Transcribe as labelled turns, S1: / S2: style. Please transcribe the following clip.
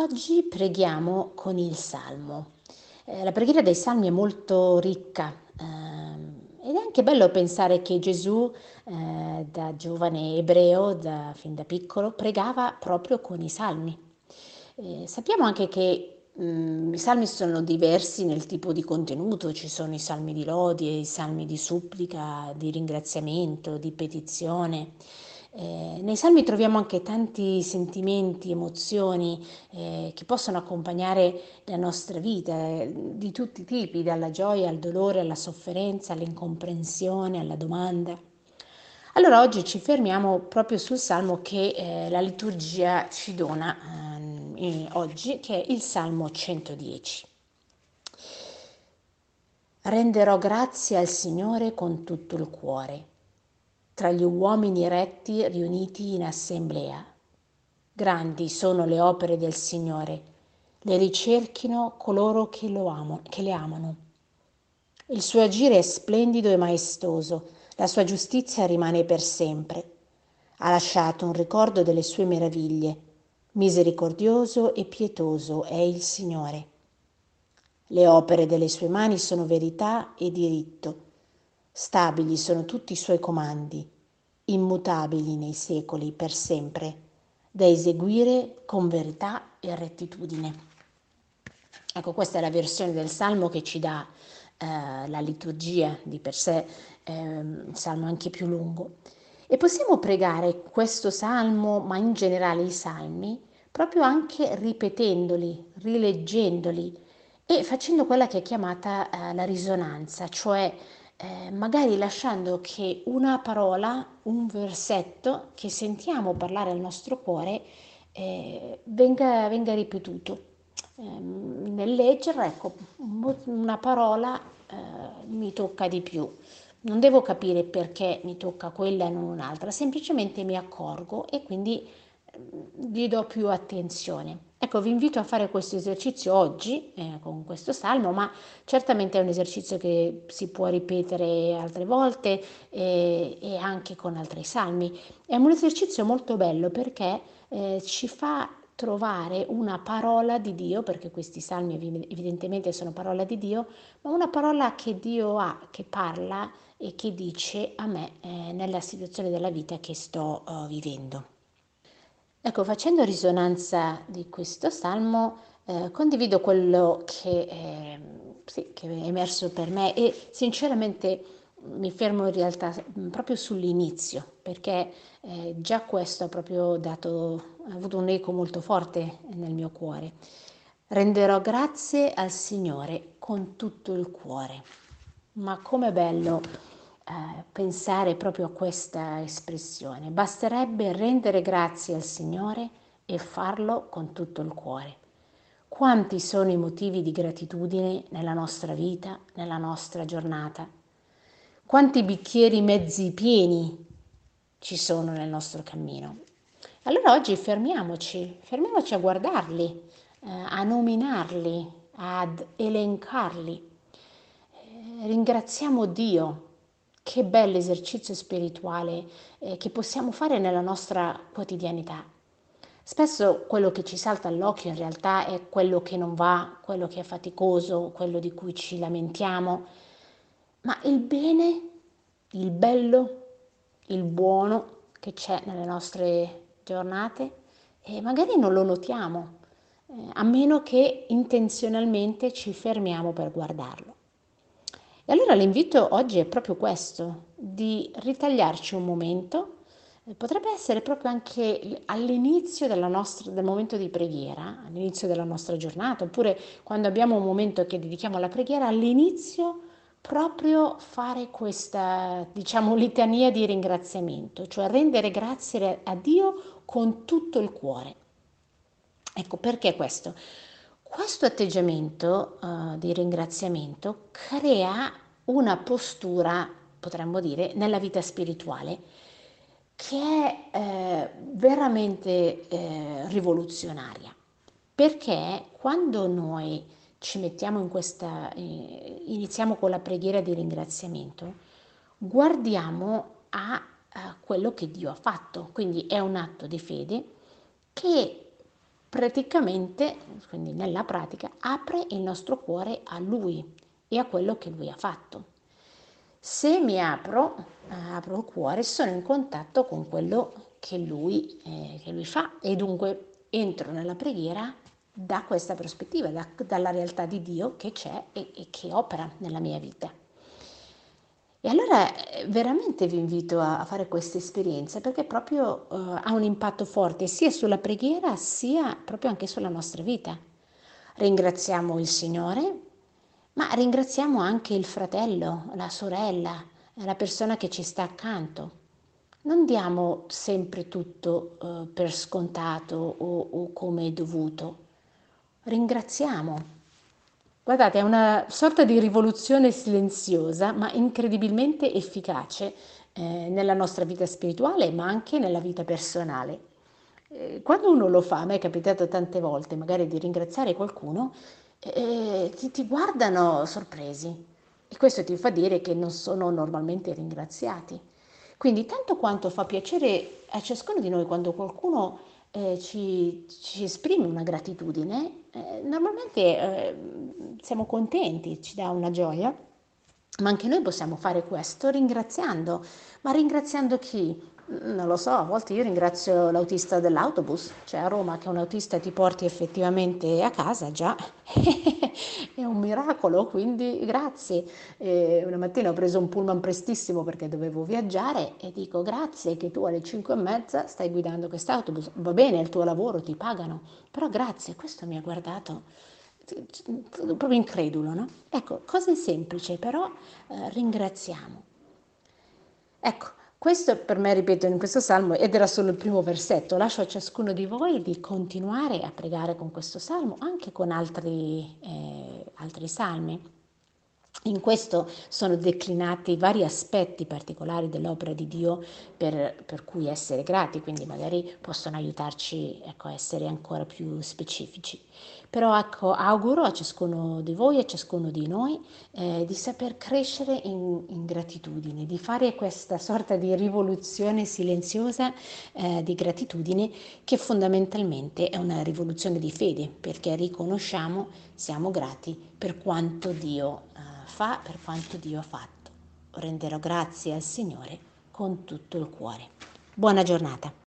S1: Oggi preghiamo con il Salmo. La preghiera dei Salmi è molto ricca, ed è anche bello pensare che Gesù, da giovane ebreo, fin da piccolo, pregava proprio con i Salmi. Sappiamo anche che i Salmi sono diversi nel tipo di contenuto, ci sono i Salmi di lode, i Salmi di supplica, di ringraziamento, di petizione. Nei Salmi troviamo anche tanti sentimenti, emozioni che possono accompagnare la nostra vita, di tutti i tipi, dalla gioia al dolore, alla sofferenza, all'incomprensione, alla domanda. Allora oggi ci fermiamo proprio sul Salmo che la liturgia ci dona oggi, che è il Salmo 110. Renderò grazie al Signore con tutto il cuore, tra gli uomini retti riuniti in assemblea. Grandi sono le opere del Signore, le ricerchino coloro che che le amano. Il suo agire è splendido e maestoso, la sua giustizia rimane per sempre. Ha lasciato un ricordo delle sue meraviglie. Misericordioso e pietoso è il Signore. Le opere delle sue mani sono verità e diritto. Stabili sono tutti i suoi comandi, immutabili nei secoli per sempre, da eseguire con verità e rettitudine. Ecco, questa è la versione del Salmo che ci dà la liturgia di per sé, il Salmo anche più lungo. E possiamo pregare questo Salmo, ma in generale i Salmi, proprio anche ripetendoli, rileggendoli e facendo quella che è chiamata la risonanza, cioè magari lasciando che una parola, un versetto che sentiamo parlare al nostro cuore venga ripetuto. Nel leggere, ecco, una parola mi tocca di più. Non devo capire perché mi tocca quella e non un'altra, semplicemente mi accorgo e quindi gli do più attenzione. Ecco, vi invito a fare questo esercizio oggi con questo salmo, ma certamente è un esercizio che si può ripetere altre volte e anche con altri salmi. È un esercizio molto bello perché ci fa trovare una parola di Dio, perché questi salmi evidentemente sono parola di Dio, ma una parola che Dio ha, che parla e che dice a me nella situazione della vita che sto vivendo. Ecco, facendo risonanza di questo salmo, condivido quello sì, che è emerso per me e sinceramente mi fermo in realtà proprio sull'inizio, perché già questo ha proprio ha avuto un eco molto forte nel mio cuore. Renderò grazie al Signore con tutto il cuore. Ma com'è bello pensare proprio a questa espressione. Basterebbe rendere grazie al Signore e farlo con tutto il cuore. Quanti sono i motivi di gratitudine nella nostra vita, nella nostra giornata? Quanti bicchieri mezzi pieni ci sono nel nostro cammino? Allora oggi fermiamoci a guardarli, a nominarli, ad elencarli. Ringraziamo Dio. Che bell'esercizio spirituale che possiamo fare nella nostra quotidianità. Spesso quello che ci salta all'occhio in realtà è quello che non va, quello che è faticoso, quello di cui ci lamentiamo, ma il bene, il bello, il buono che c'è nelle nostre giornate, magari non lo notiamo, a meno che intenzionalmente ci fermiamo per guardarlo. E allora l'invito oggi è proprio questo, di ritagliarci un momento, potrebbe essere proprio anche all'inizio del momento di preghiera, all'inizio della nostra giornata, oppure quando abbiamo un momento che dedichiamo alla preghiera, all'inizio proprio fare questa, diciamo, litania di ringraziamento, cioè rendere grazie a Dio con tutto il cuore. Ecco, perché questo? Questo atteggiamento di ringraziamento crea una postura, potremmo dire, nella vita spirituale che è veramente rivoluzionaria. Perché quando noi ci mettiamo in iniziamo con la preghiera di ringraziamento, guardiamo a quello che Dio ha fatto. Quindi è un atto di fede che praticamente, quindi nella pratica, apre il nostro cuore a Lui e a quello che Lui ha fatto. Se mi apro il cuore, sono in contatto con quello che lui fa e dunque entro nella preghiera da questa prospettiva, dalla realtà di Dio che c'è e che opera nella mia vita. E allora veramente vi invito a fare questa esperienza perché proprio ha un impatto forte sia sulla preghiera sia proprio anche sulla nostra vita. Ringraziamo il Signore, ma ringraziamo anche il fratello, la sorella, la persona che ci sta accanto. Non diamo sempre tutto per scontato o come è dovuto. Ringraziamo. Guardate, è una sorta di rivoluzione silenziosa, ma incredibilmente efficace nella nostra vita spirituale, ma anche nella vita personale. Quando uno lo fa, a me è capitato tante volte magari di ringraziare qualcuno, ti guardano sorpresi e questo ti fa dire che non sono normalmente ringraziati. Quindi tanto quanto fa piacere a ciascuno di noi quando qualcuno ci esprime una gratitudine, normalmente siamo contenti, ci dà una gioia, ma anche noi possiamo fare questo ringraziando. Ma ringraziando chi? Non lo so, a volte io ringrazio l'autista dell'autobus, cioè a Roma che un autista ti porti effettivamente a casa, già è un miracolo, quindi grazie. Una mattina ho preso un pullman prestissimo perché dovevo viaggiare e dico grazie che tu alle 5:30 stai guidando quest'autobus, va bene, è il tuo lavoro, ti pagano, però grazie, questo mi ha guardato proprio incredulo, no? Ecco, cose semplici, però ringraziamo. Ecco, questo per me, ripeto, in questo salmo, ed era solo il primo versetto, lascio a ciascuno di voi di continuare a pregare con questo salmo, anche con altri salmi. In questo sono declinati vari aspetti particolari dell'opera di Dio per cui essere grati, quindi magari possono aiutarci, ecco, a essere ancora più specifici. Però ecco, auguro a ciascuno di voi, a ciascuno di noi, di saper crescere in gratitudine, di fare questa sorta di rivoluzione silenziosa di gratitudine che fondamentalmente è una rivoluzione di fede, perché riconosciamo, siamo grati per quanto Dio fa, per quanto Dio ha fatto. Renderò grazie al Signore con tutto il cuore. Buona giornata.